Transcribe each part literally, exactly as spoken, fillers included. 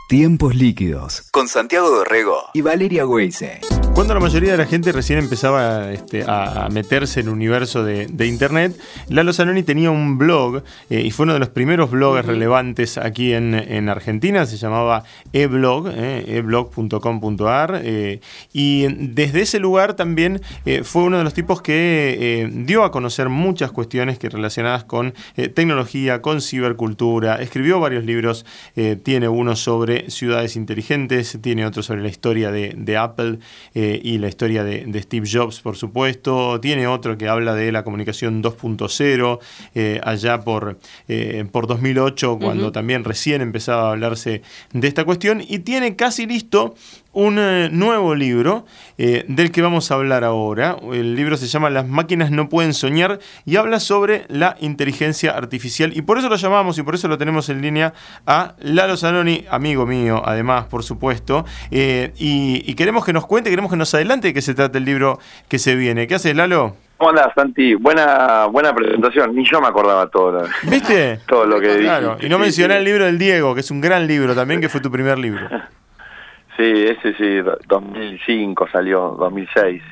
Tiempos líquidos, con Santiago Dorrego y Valeria Weise. Cuando la mayoría de la gente recién empezaba este, a meterse en el universo de, de Internet, Lalo Zanoni tenía un blog eh, y fue uno de los primeros bloggers uh-huh. relevantes aquí en, en Argentina. Se llamaba eblog, eh, eblog punto com punto a r eh, y desde ese lugar también eh, fue uno de los tipos que eh, dio a conocer muchas cuestiones que relacionadas con eh, tecnología, con cibercultura. Escribió varios libros, eh, tiene uno sobre ciudades inteligentes, tiene otro sobre la historia de, de Apple eh, y la historia de, de Steve Jobs, por supuesto. Tiene otro que habla de la comunicación dos punto cero, eh, allá por, eh, por dos mil ocho, cuando uh-huh. también recién empezaba a hablarse de esta cuestión. Y tiene casi listo un eh, nuevo libro eh, del que vamos a hablar ahora. El libro se llama Las máquinas no pueden soñar y habla sobre la inteligencia artificial, y por eso lo llamamos y por eso lo tenemos en línea a Lalo Zanoni, amigo mío además, por supuesto, eh, y, y queremos que nos cuente, queremos que nos adelante de qué se trata el libro que se viene. ¿Qué haces, Lalo? ¿Cómo andás, Santi? Buena buena presentación. Ni yo me acordaba todo. ¿Viste? Todo lo que claro. dije. Y no sí, mencioné sí. el libro del Diego, que es un gran libro también, que fue tu primer libro. Sí, ese sí, dos mil cinco salió, dos mil seis,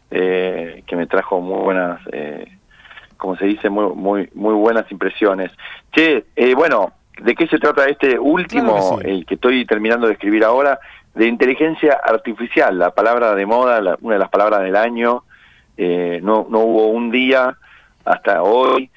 eh, que me trajo muy buenas, eh, como se dice, muy muy muy buenas impresiones. Che, eh, bueno, ¿de qué se trata este último, claro que sí. el que estoy terminando de escribir ahora? De inteligencia artificial, la palabra de moda, la, una de las palabras del año. Eh, no, no hubo un día hasta hoy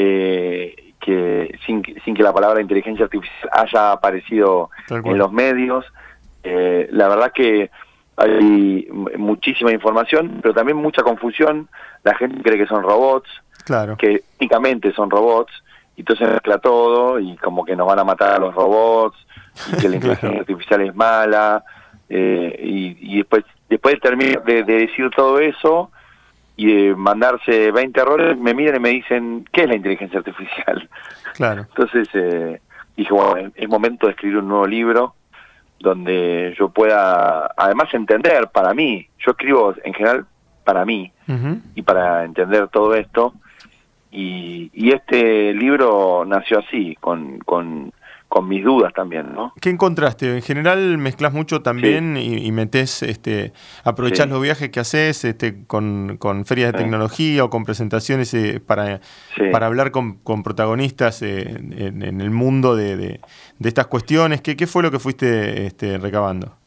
eh, que sin, sin que la palabra inteligencia artificial haya aparecido en los medios. Eh, la verdad que hay muchísima información, pero también mucha confusión. La gente cree que son robots, claro. que únicamente son robots, y entonces mezcla todo y como que nos van a matar a los robots, y que la inteligencia claro. artificial es mala, eh, y, y después después de terminar de, de decir todo eso y de mandarse veinte errores, me miran y me dicen, ¿qué es la inteligencia artificial? Claro. Entonces eh, dije, bueno, es momento de escribir un nuevo libro donde yo pueda, además, entender para mí. Yo escribo en general para mí uh-huh. y para entender todo esto, y, y este libro nació así, con, con, con mis dudas también, ¿no? ¿Qué encontraste? En general mezclas mucho también sí. y, y metés, este, aprovechás sí. los viajes que haces este, con, con ferias de sí. tecnología o con presentaciones eh, para, sí. para hablar con, con protagonistas eh, en, en el mundo de, de, de estas cuestiones. ¿Qué, qué fue lo que fuiste este, recabando?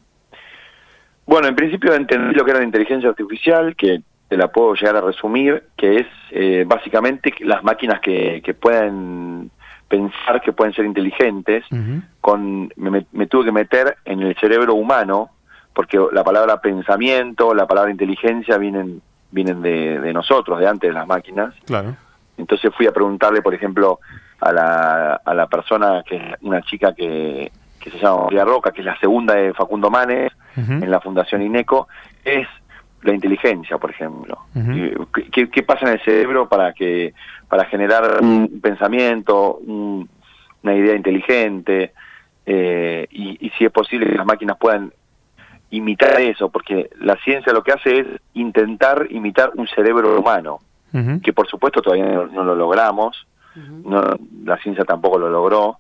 Bueno, en principio entendí lo que era la inteligencia artificial, que te la puedo llegar a resumir, que es eh, básicamente las máquinas que, que pueden pensar, que pueden ser inteligentes. Uh-huh. con me, me tuve que meter en el cerebro humano, porque la palabra pensamiento, la palabra inteligencia vienen vienen de, de nosotros, de antes de las máquinas. Claro. Entonces fui a preguntarle, por ejemplo, a la, a la persona, que es una chica que, que se llama María Roca, que es la segunda de Facundo Manes, uh-huh. en la Fundación INECO, es la inteligencia, por ejemplo. Uh-huh. ¿Qué, qué pasa en el cerebro para que para generar un pensamiento, un, una idea inteligente, eh, y, y si es posible que las máquinas puedan imitar eso? Porque la ciencia lo que hace es intentar imitar un cerebro humano, uh-huh. que por supuesto todavía no, no lo logramos, uh-huh. no, la ciencia tampoco lo logró,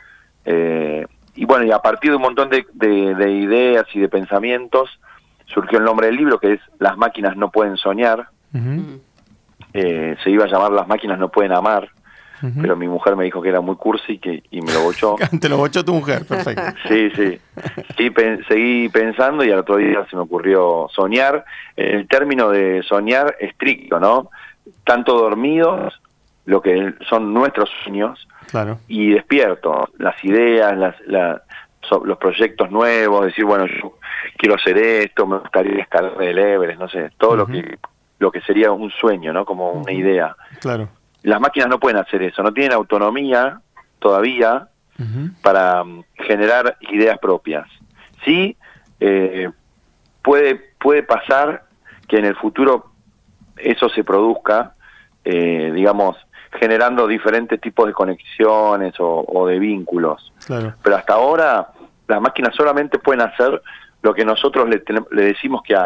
eh, y bueno, y a partir de un montón de, de, de ideas y de pensamientos, surgió el nombre del libro, que es Las máquinas no pueden soñar. Uh-huh. Eh, se iba a llamar Las máquinas no pueden amar, uh-huh. pero mi mujer me dijo que era muy cursi que, y me lo bochó. Te lo bochó tu mujer, perfecto. Sí, sí. sí pe- seguí pensando y al otro día se me ocurrió soñar. El término de soñar estricto, ¿no? Tanto dormidos, lo que son nuestros sueños, claro. y despiertos, las ideas, las... las los proyectos nuevos, decir, bueno, yo quiero hacer esto, me gustaría escalar el Everest, no sé, todo uh-huh. lo que lo que sería un sueño, ¿no? Como una uh-huh. idea. Claro. Las máquinas no pueden hacer eso, no tienen autonomía todavía uh-huh. para um, generar ideas propias. Sí, eh, puede puede pasar que en el futuro eso se produzca, eh, digamos, generando diferentes tipos de conexiones o, o de vínculos. Claro. Pero hasta ahora las máquinas solamente pueden hacer lo que nosotros le, le decimos que hagan.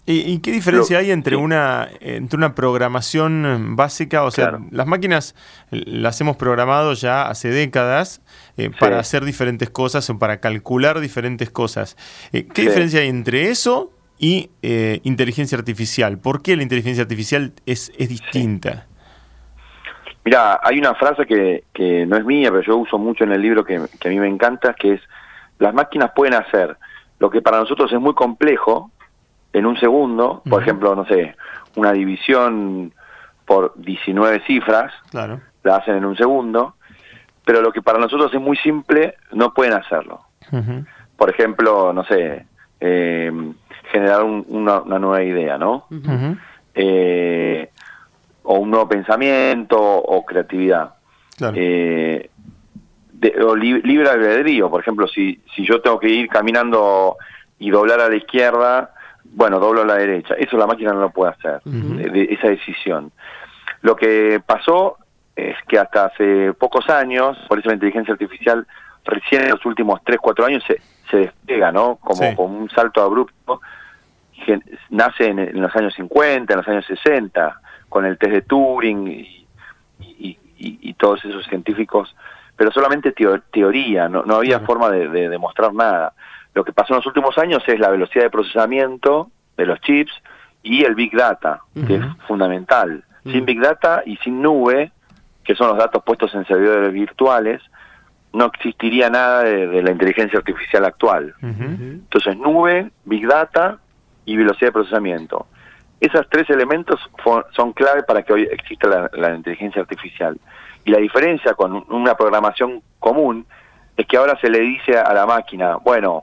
¿Y, y qué diferencia Lo, hay entre, sí. una, entre una programación básica? O sea, Claro. las máquinas las hemos programado ya hace décadas eh, para Sí. hacer diferentes cosas o para calcular diferentes cosas. Eh, ¿Qué Sí. diferencia hay entre eso y eh, inteligencia artificial? ¿Por qué la inteligencia artificial es, es distinta? Sí. Mira, hay una frase que, que no es mía, pero yo uso mucho en el libro que, que a mí me encanta, que es: las máquinas pueden hacer lo que para nosotros es muy complejo en un segundo, por uh-huh. ejemplo, no sé, una división por diecinueve cifras, claro. la hacen en un segundo, pero lo que para nosotros es muy simple, no pueden hacerlo. Uh-huh. Por ejemplo, no sé, eh, generar un, una, una nueva idea, ¿no? Uh-huh. Eh, o un nuevo pensamiento, o creatividad. Claro. Eh, de, o li, libre albedrío, por ejemplo, si, si yo tengo que ir caminando y doblar a la izquierda, bueno, doblo a la derecha. Eso la máquina no lo puede hacer, uh-huh. de, de esa decisión. Lo que pasó es que hasta hace pocos años, por eso la inteligencia artificial recién en los últimos tres, cuatro años se, se despega, ¿no? Como sí. con un salto abrupto. Que nace en, en los años cincuenta, en los años sesenta, con el test de Turing y, y, y, y todos esos científicos, pero solamente teo, teoría, no, no había claro. forma de, de demostrar nada. Lo que pasó en los últimos años es la velocidad de procesamiento de los chips y el Big Data, uh-huh. que es fundamental. Uh-huh. Sin Big Data y sin nube, que son los datos puestos en servidores virtuales, no existiría nada de, de la inteligencia artificial actual. Uh-huh. Entonces, nube, Big Data y velocidad de procesamiento. Esos tres elementos son clave para que hoy exista la, la inteligencia artificial. Y la diferencia con una programación común es que ahora se le dice a la máquina, bueno,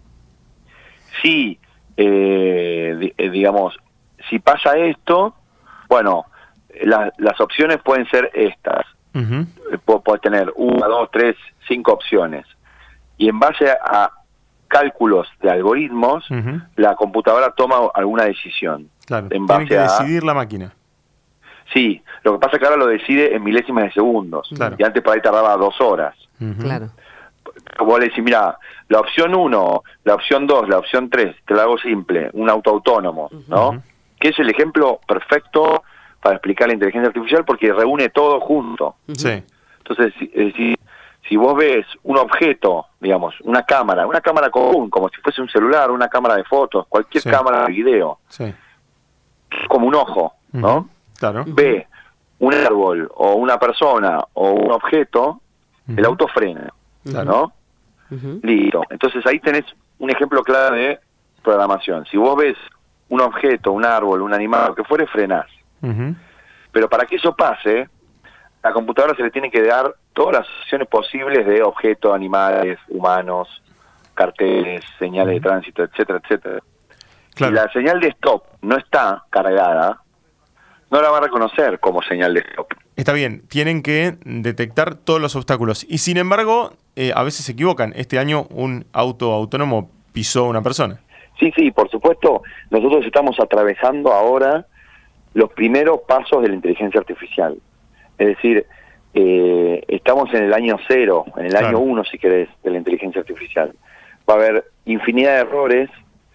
si, eh, digamos, si pasa esto, bueno, la, las opciones pueden ser estas. Uh-huh. Puedes tener una, dos, tres, cinco opciones. Y en base a cálculos de algoritmos, uh-huh. la computadora toma alguna decisión. Claro, en base tiene que a... decidir la máquina. Sí, lo que pasa es que ahora lo decide en milésimas de segundos. Claro. Y antes por ahí tardaba dos horas. Uh-huh. Claro. Vos le decís, mira, la opción uno, la opción dos, la opción tres, te la hago simple, un auto autónomo, uh-huh. ¿no? Que es el ejemplo perfecto para explicar la inteligencia artificial porque reúne todo junto. Uh-huh. Sí. Entonces, si, si, si vos ves un objeto, digamos, una cámara, una cámara común, como si fuese un celular, una cámara de fotos, cualquier sí. cámara de video, sí. como un ojo, ¿no? Uh-huh. Claro. Ve un árbol o una persona o un objeto, uh-huh. el auto frena, claro. ¿no? Uh-huh. Listo. Entonces ahí tenés un ejemplo claro de programación. Si vos ves un objeto, un árbol, un animal, lo que fuere, frenás. Uh-huh. Pero para que eso pase, a la computadora se le tiene que dar todas las opciones posibles de objetos, animales, humanos, carteles, señales uh-huh. de tránsito, etcétera, etcétera. Claro. Si la señal de stop no está cargada, no la va a reconocer como señal de stop. Está bien, tienen que detectar todos los obstáculos. Y sin embargo, eh, a veces se equivocan. Este año un auto autónomo pisó a una persona. Sí, sí, por supuesto. Nosotros estamos atravesando ahora los primeros pasos de la inteligencia artificial. Es decir, eh, estamos en el año cero, en el claro. año uno, si querés, de la inteligencia artificial. Va a haber infinidad de errores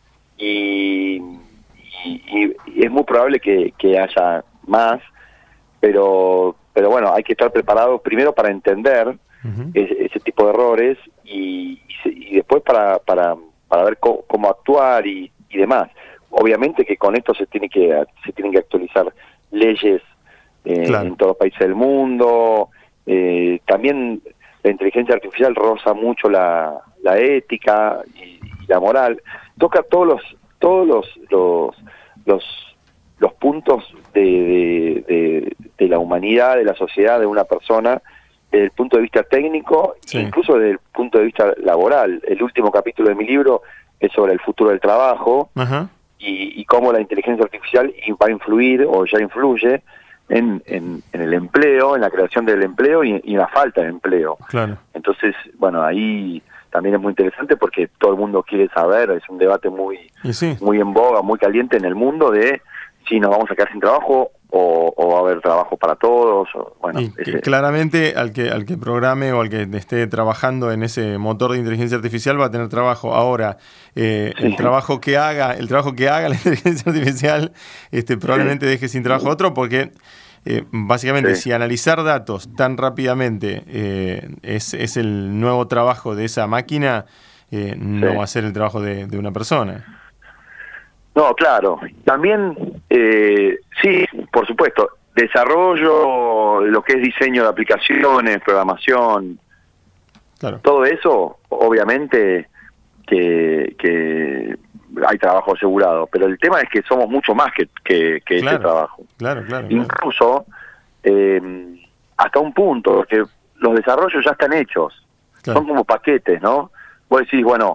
y, y, y es muy probable que, que haya más, pero pero bueno, hay que estar preparados primero para entender uh-huh. ese, ese tipo de errores y, y, y después para, para, para ver cómo, cómo actuar y, y demás. Obviamente que con esto se tiene que se tienen que actualizar leyes eh, claro. en todos los países del mundo. Eh, también la inteligencia artificial roza mucho la, la ética y, y la moral. Toca todos los todos los los los, los puntos de, de, de, de la humanidad, de la sociedad, de una persona, desde el punto de vista técnico, sí. e incluso desde el punto de vista laboral. El último capítulo de mi libro es sobre el futuro del trabajo. Ajá. Y, y cómo la inteligencia artificial va a influir o ya influye en, en, en el empleo, en la creación del empleo y, y en la falta de empleo. Claro. Entonces, bueno, ahí también es muy interesante porque todo el mundo quiere saber, es un debate muy, sí. muy en boga, muy caliente en el mundo de si nos vamos a quedar sin trabajo o, o va a haber trabajo para todos. O, bueno, y ese... claramente al que al que programe o al que esté trabajando en ese motor de inteligencia artificial va a tener trabajo. Ahora, eh, sí. el trabajo que haga, el trabajo que haga la inteligencia artificial, este, probablemente sí. deje sin trabajo a otro, porque eh, básicamente sí. si analizar datos tan rápidamente eh, es, es el nuevo trabajo de esa máquina, eh, no sí. va a ser el trabajo de, de una persona. No, claro. También, eh, sí, por supuesto, desarrollo, lo que es diseño de aplicaciones, programación, claro. todo eso, obviamente que, que hay trabajo asegurado, pero el tema es que somos mucho más que, que, que claro, ese trabajo. Claro, claro. Incluso, eh, hasta un punto, porque los desarrollos ya están hechos, claro. son como paquetes, ¿no? Vos decís, bueno,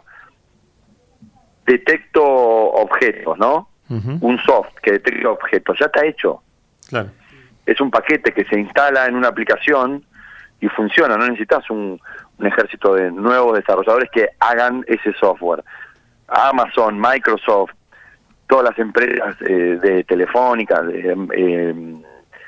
detecto objetos, ¿no? Uh-huh. Un soft que detecta objetos, ya está hecho. Claro. Es un paquete que se instala en una aplicación y funciona, no necesitas un, un ejército de nuevos desarrolladores que hagan ese software. Amazon, Microsoft, todas las empresas eh, de Telefónica, de, eh,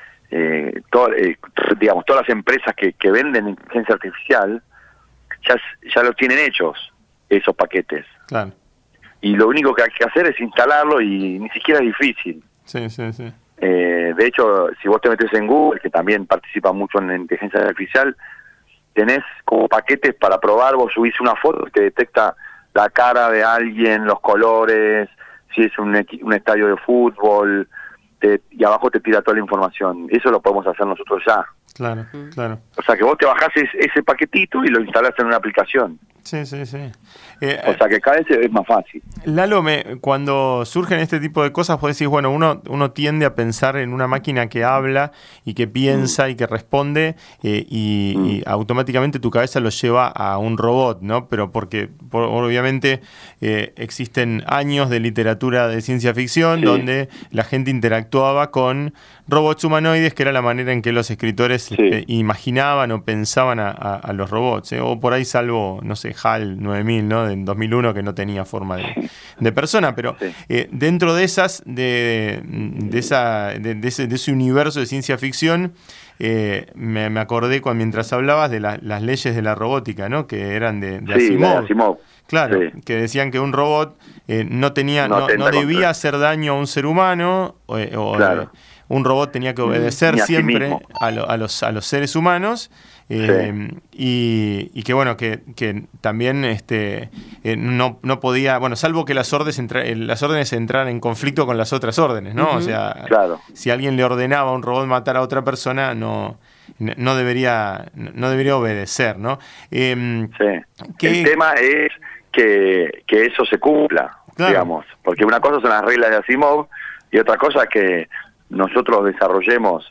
eh, to, eh, digamos, todas las empresas que, que venden inteligencia artificial, ya, ya los tienen hechos, esos paquetes. Claro. Y lo único que hay que hacer es instalarlo y ni siquiera es difícil. Sí, sí, sí. Eh, de hecho, si vos te metes en Google, que también participa mucho en la inteligencia artificial, tenés como paquetes para probar, vos subís una foto que detecta la cara de alguien, los colores, si es un, un estadio de fútbol, te, y abajo te tira toda la información. Eso lo podemos hacer nosotros ya. Claro, claro. O sea que vos te bajás ese, ese paquetito y lo instalás en una aplicación. Sí, sí, sí. Eh, o sea que cada vez es más fácil. Lalo, me, cuando surgen este tipo de cosas, vos decís, bueno, uno, uno tiende a pensar en una máquina que habla y que piensa mm. y que responde eh, y, mm. y automáticamente tu cabeza lo lleva a un robot, ¿no? Pero porque por, obviamente eh, existen años de literatura de ciencia ficción sí. donde la gente interactuaba con robots humanoides, que era la manera en que los escritores sí. eh, imaginaban o pensaban a, a, a los robots, ¿eh? O por ahí salvo, no sé, HAL nueve mil, ¿no? En dos mil uno, que no tenía forma de, de persona, pero sí. eh, dentro de esas, de, de, esa, de, de, ese, de ese universo de ciencia ficción, eh, me, me acordé cuando mientras hablabas de la, las leyes de la robótica, ¿no? Que eran de, de sí, Asimov. Asimov. Claro, sí. que decían que un robot eh, no tenía, no, no, no debía hacer daño a un ser humano, o, o claro. eh, un robot tenía que obedecer Ni a siempre sí a, lo, a, los, a los seres humanos. Eh, sí. y, y que bueno, que, que también este, eh, no, no podía, bueno, salvo que las órdenes, entra, las órdenes entraran en conflicto con las otras órdenes, ¿no? Uh-huh. O sea, claro. si alguien le ordenaba a un robot matar a otra persona, no, no debería, no debería obedecer, ¿no? Eh, sí. que, El tema es que, que eso se cumpla, claro. digamos, porque una cosa son las reglas de Asimov y otra cosa es que nosotros desarrollemos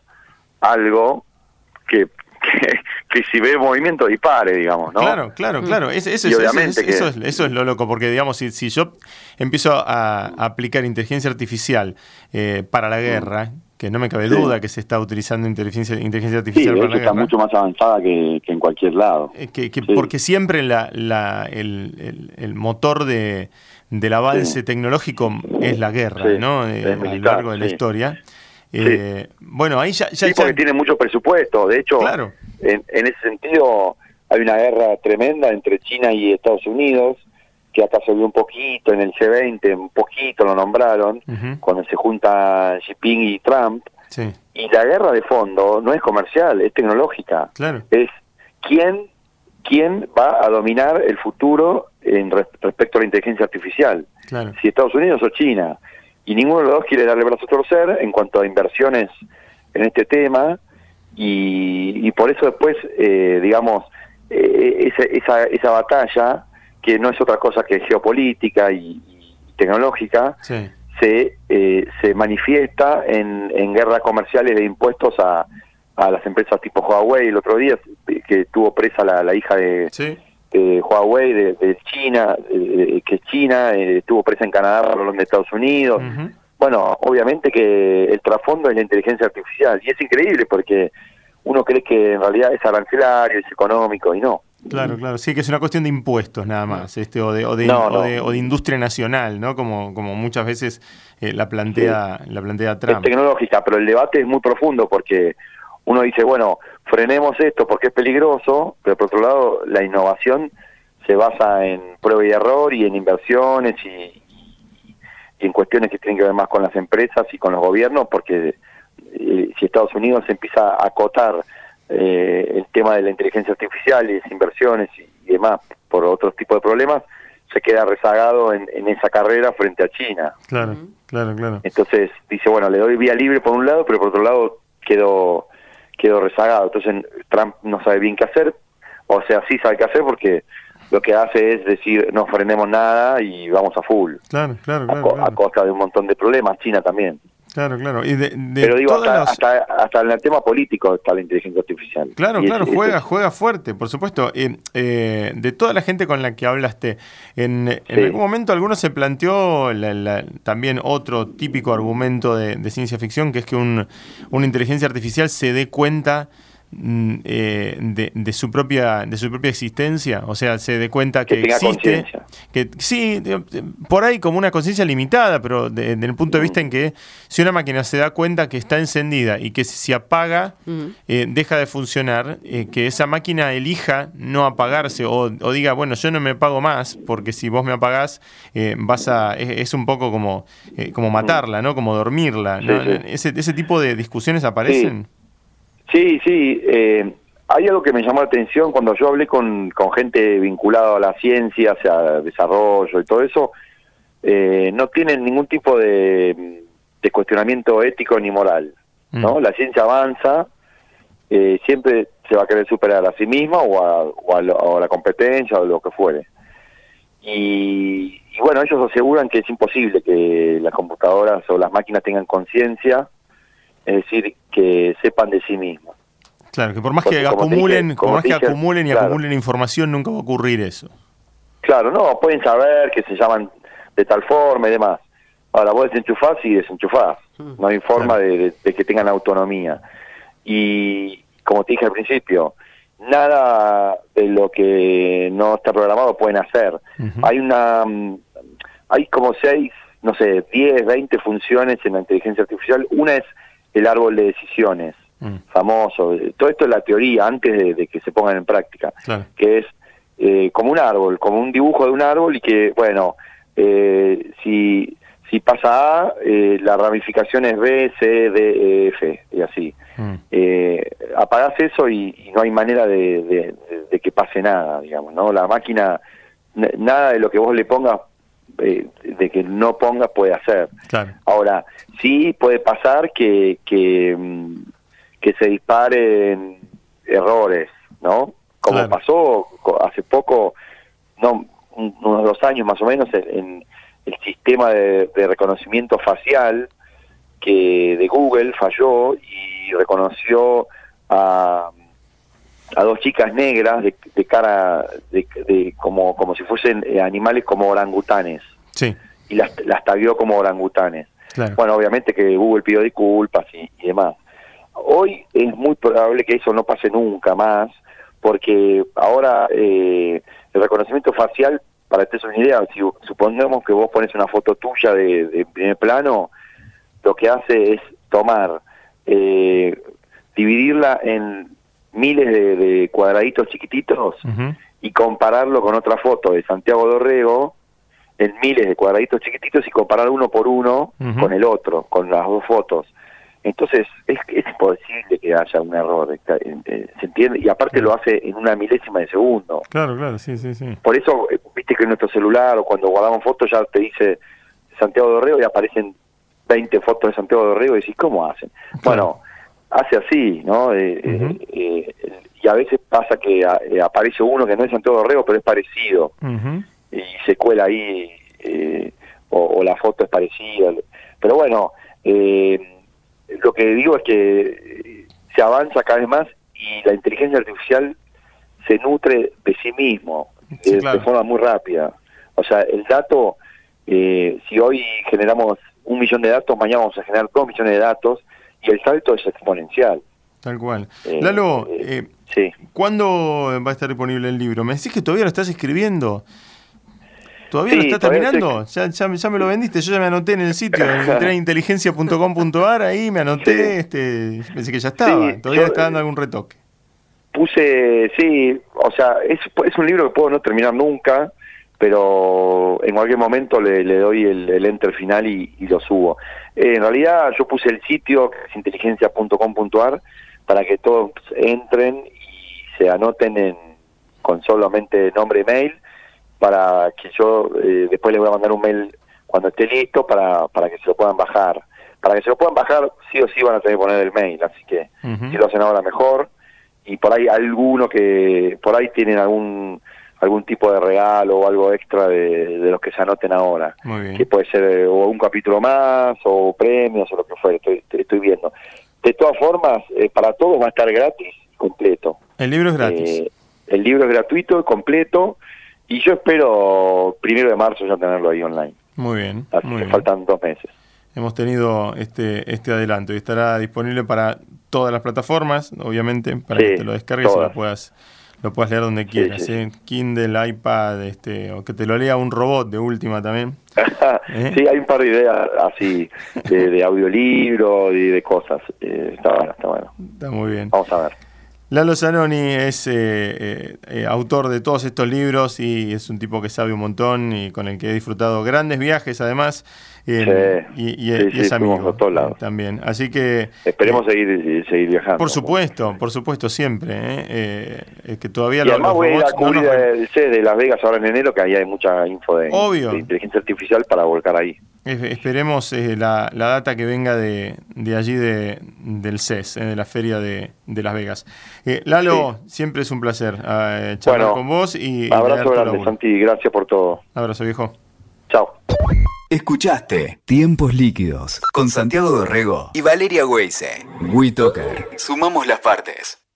algo que Que, que si ve movimiento dispare, digamos, ¿no? Claro, claro, claro. Es, eso, es, eso, es, que... eso, es, eso es lo loco, porque, digamos, si, si yo empiezo a, a aplicar inteligencia artificial eh, para la guerra, mm. que no me cabe sí. duda que se está utilizando inteligencia, inteligencia artificial sí, para la está guerra. mucho más avanzada que, que en cualquier lado. Eh, que, que sí. Porque siempre la, la, el, el, el motor de, del avance sí. tecnológico es la guerra, sí. ¿no? Eh, militar, a lo largo de sí. la historia. Eh, sí. Bueno, ahí ya... ya sí, porque ya... tiene mucho presupuesto. De hecho, claro. en, en ese sentido hay una guerra tremenda entre China y Estados Unidos, que acá se vio un poquito en el G veinte, un poquito lo nombraron, uh-huh. cuando se juntan Xi Jinping y Trump. Sí. Y la guerra de fondo no es comercial, es tecnológica. Claro. Es quién, quién va a dominar el futuro en res, respecto a la inteligencia artificial. Claro. Si Estados Unidos o China. Y ninguno de los dos quiere darle brazo a torcer en cuanto a inversiones en este tema, y, y por eso después, eh, digamos, eh, esa, esa, esa batalla, que no es otra cosa que geopolítica y, y tecnológica, sí. se eh, se manifiesta en, en guerras comerciales de impuestos a, a las empresas tipo Huawei. El otro día, que tuvo presa la, la hija de... Sí. Eh, Huawei de, de China, eh, que es China, eh, estuvo presa en Canadá por los de Estados Unidos. Uh-huh. Bueno, obviamente que el trasfondo es la inteligencia artificial, y es increíble porque uno cree que en realidad es arancelario, es económico, y no, Claro, claro, sí, que es una cuestión de impuestos nada más, este, o de, o de, no, o no. de, o de industria nacional, ¿no? Como, como muchas veces eh, la plantea, sí. la plantea Trump. Es tecnológica, pero el debate es muy profundo porque uno dice, bueno, frenemos esto porque es peligroso, pero por otro lado la innovación se basa en prueba y error y en inversiones y, y en cuestiones que tienen que ver más con las empresas y con los gobiernos, porque eh, si Estados Unidos empieza a acotar eh, el tema de la inteligencia artificial y las inversiones y, y demás por otros tipos de problemas, se queda rezagado en, en esa carrera frente a China. Claro, claro, claro. Entonces dice, bueno, le doy vía libre por un lado, pero por otro lado quedo, quedo rezagado. Entonces Trump no sabe bien qué hacer, o sea, sí sabe qué hacer porque lo que hace es decir, no frenemos nada y vamos a full. Claro, claro, claro. A, co claro. a costa de un montón de problemas, China también. Claro, claro. Y de, de Pero digo, hasta, los... hasta, hasta en el tema político está la inteligencia artificial. Claro, y claro, es, juega, es, juega fuerte, por supuesto. Eh, eh, de toda la gente con la que hablaste, en, en sí. algún momento alguno se planteó la, la, también otro típico argumento de, de ciencia ficción, que es que un, una inteligencia artificial se dé cuenta Eh, de, de su propia de su propia existencia, o sea, se dé cuenta que, que existe, que sí, de, de, por ahí como una conciencia limitada, pero desde de, el punto de vista en que si una máquina se da cuenta que está encendida y que si se apaga, uh-huh. eh, deja de funcionar, eh, que esa máquina elija no apagarse o, o diga, bueno, yo no me apago más, porque si vos me apagás, eh, vas a es, es un poco como, eh, como matarla, ¿no? Como dormirla, ¿no? Sí, sí. Ese, ese tipo de discusiones aparecen. Sí. Sí, sí, eh, hay algo que me llamó la atención cuando yo hablé con, con gente vinculada a la ciencia, o sea, desarrollo y todo eso, eh, no tienen ningún tipo de, de cuestionamiento ético ni moral, ¿no? Mm. La ciencia avanza, eh, siempre se va a querer superar a sí misma o a, o a, lo, o a la competencia o lo que fuere. Y, y bueno, ellos aseguran que es imposible que las computadoras o las máquinas tengan conciencia, es decir, que sepan de sí mismos. Claro, que por más Porque, que acumulen, dije, por más que dije, acumulen y claro. acumulen información, nunca va a ocurrir eso. Claro, no, pueden saber que se llaman de tal forma y demás. Ahora vos desenchufás y desenchufás. No hay forma claro. de, de, de que tengan autonomía. Y como te dije al principio, nada de lo que no está programado pueden hacer. Uh-huh. Hay una, hay como seis, no sé, diez, veinte funciones en la inteligencia artificial. Una es el árbol de decisiones, mm. famoso. Todo esto es la teoría antes de, de que se pongan en práctica, claro. que es eh, como un árbol, como un dibujo de un árbol y que, bueno, eh, si, si pasa A, eh, la ramificación es B, C, D, E, F, y así. Mm. Eh, apagás eso y, y no hay manera de, de, de que pase nada, digamos, ¿no? La máquina, n- nada de lo que vos le pongas Eh, de que no pongas puede hacer. Claro. Ahora, sí puede pasar que, que, que se disparen errores, ¿no? Como claro. pasó hace poco, no unos dos años más o menos, en, en el sistema de, de reconocimiento facial que de Google falló y reconoció a a dos chicas negras de, de cara de, de como como si fuesen eh, animales como orangutanes. Sí. Y las las tagueó como orangutanes. Claro. Bueno, obviamente que Google pidió disculpas y, y demás. Hoy es muy probable que eso no pase nunca más, porque ahora eh, el reconocimiento facial, para que te des una idea, si supongamos que vos pones una foto tuya de, de primer plano, lo que hace es tomar, eh, dividirla en miles de, de cuadraditos chiquititos uh-huh. y compararlo con otra foto de Santiago Dorrego en miles de cuadraditos chiquititos y comparar uno por uno uh-huh. con el otro, con las dos fotos. Entonces es, es imposible que haya un error, ¿se entiende? Y aparte lo hace en una milésima de segundo. Claro, claro, sí, sí, sí. Por eso, viste que en nuestro celular o cuando guardamos fotos ya te dice Santiago Dorrego y aparecen veinte fotos de Santiago Dorrego y decís, ¿cómo hacen? Claro. Bueno, hace así, ¿no? Eh, uh-huh. eh, eh, y a veces pasa que a, eh, aparece uno que no es Santiago Dorrego, pero es parecido. Uh-huh. Y se cuela ahí, eh, o, o la foto es parecida. Pero bueno, eh, lo que digo es que se avanza cada vez más y la inteligencia artificial se nutre de sí mismo, sí, de, claro. de forma muy rápida. O sea, el dato, eh, si hoy generamos un millón de datos, mañana vamos a generar dos millones de datos, y el salto es exponencial. Tal cual. Eh, Lalo, eh, Sí. ¿Cuándo va a estar disponible el libro? Me decís que todavía lo estás escribiendo. ¿Todavía Sí, lo estás todavía terminando? estoy... Ya, ya, ya me lo vendiste, yo ya me anoté en el sitio, entré a inteligencia punto com punto a r, ahí me anoté, sí. este, pensé que ya estaba, sí, todavía yo, está dando algún retoque. Puse, sí, o sea, es, es un libro que puedo no terminar nunca, pero en cualquier momento le, le doy el, el enter final y, y lo subo. Eh, en realidad yo puse el sitio, que es inteligencia punto com punto a r, para que todos entren y se anoten en, con solamente nombre y mail, para que yo eh, después les voy a mandar un mail cuando esté listo para, para que se lo puedan bajar. Para que se lo puedan bajar, sí o sí van a tener que poner el mail, así que uh-huh. si lo hacen ahora mejor. Y por ahí alguno que, por ahí tienen algún algún tipo de regalo o algo extra de, de los que se anoten ahora. Muy bien. Que puede ser eh, o un capítulo más, o premios, o lo que fuera, estoy, estoy viendo. De todas formas, eh, para todos va a estar gratis y completo. El libro es gratis. Eh, el libro es gratuito y completo. Y yo espero primero de marzo ya tenerlo ahí online. Muy bien. Así muy que bien. faltan dos meses. Hemos tenido este este adelanto y estará disponible para todas las plataformas, obviamente, para sí, que te lo descargues todas. y lo puedas lo puedas leer donde quieras. Sí, sí, ¿eh? sí. Kindle, iPad, este, o que te lo lea un robot de última también. ¿Eh? Sí, hay un par de ideas así, de, de audiolibro y de cosas. Eh, está bueno, está bueno. Está muy bien. Vamos a ver. Lalo Zanoni es eh, eh, eh, autor de todos estos libros y es un tipo que sabe un montón y con el que he disfrutado grandes viajes además eh, sí, y, y, sí, y es sí, amigo a todos lados. también. Así que esperemos eh, seguir seguir viajando. Por supuesto, por supuesto siempre. Eh, eh, que todavía y además los voy a ir a cubrir no nos... el C de Las Vegas ahora en enero, que ahí hay mucha info de, Obvio. de inteligencia artificial para volcar ahí. Esperemos eh, la, la data que venga de, de allí de, del C E S, eh, de la Feria de, de Las Vegas. Eh, Lalo, sí. siempre es un placer eh, charlar bueno, con vos. y abrazo grande, Santi, gracias por todo. Abrazo, viejo. Chao. Escuchaste Tiempos Líquidos con Santiago Dorrego y Valeria Weise. WeToker. Sumamos las partes.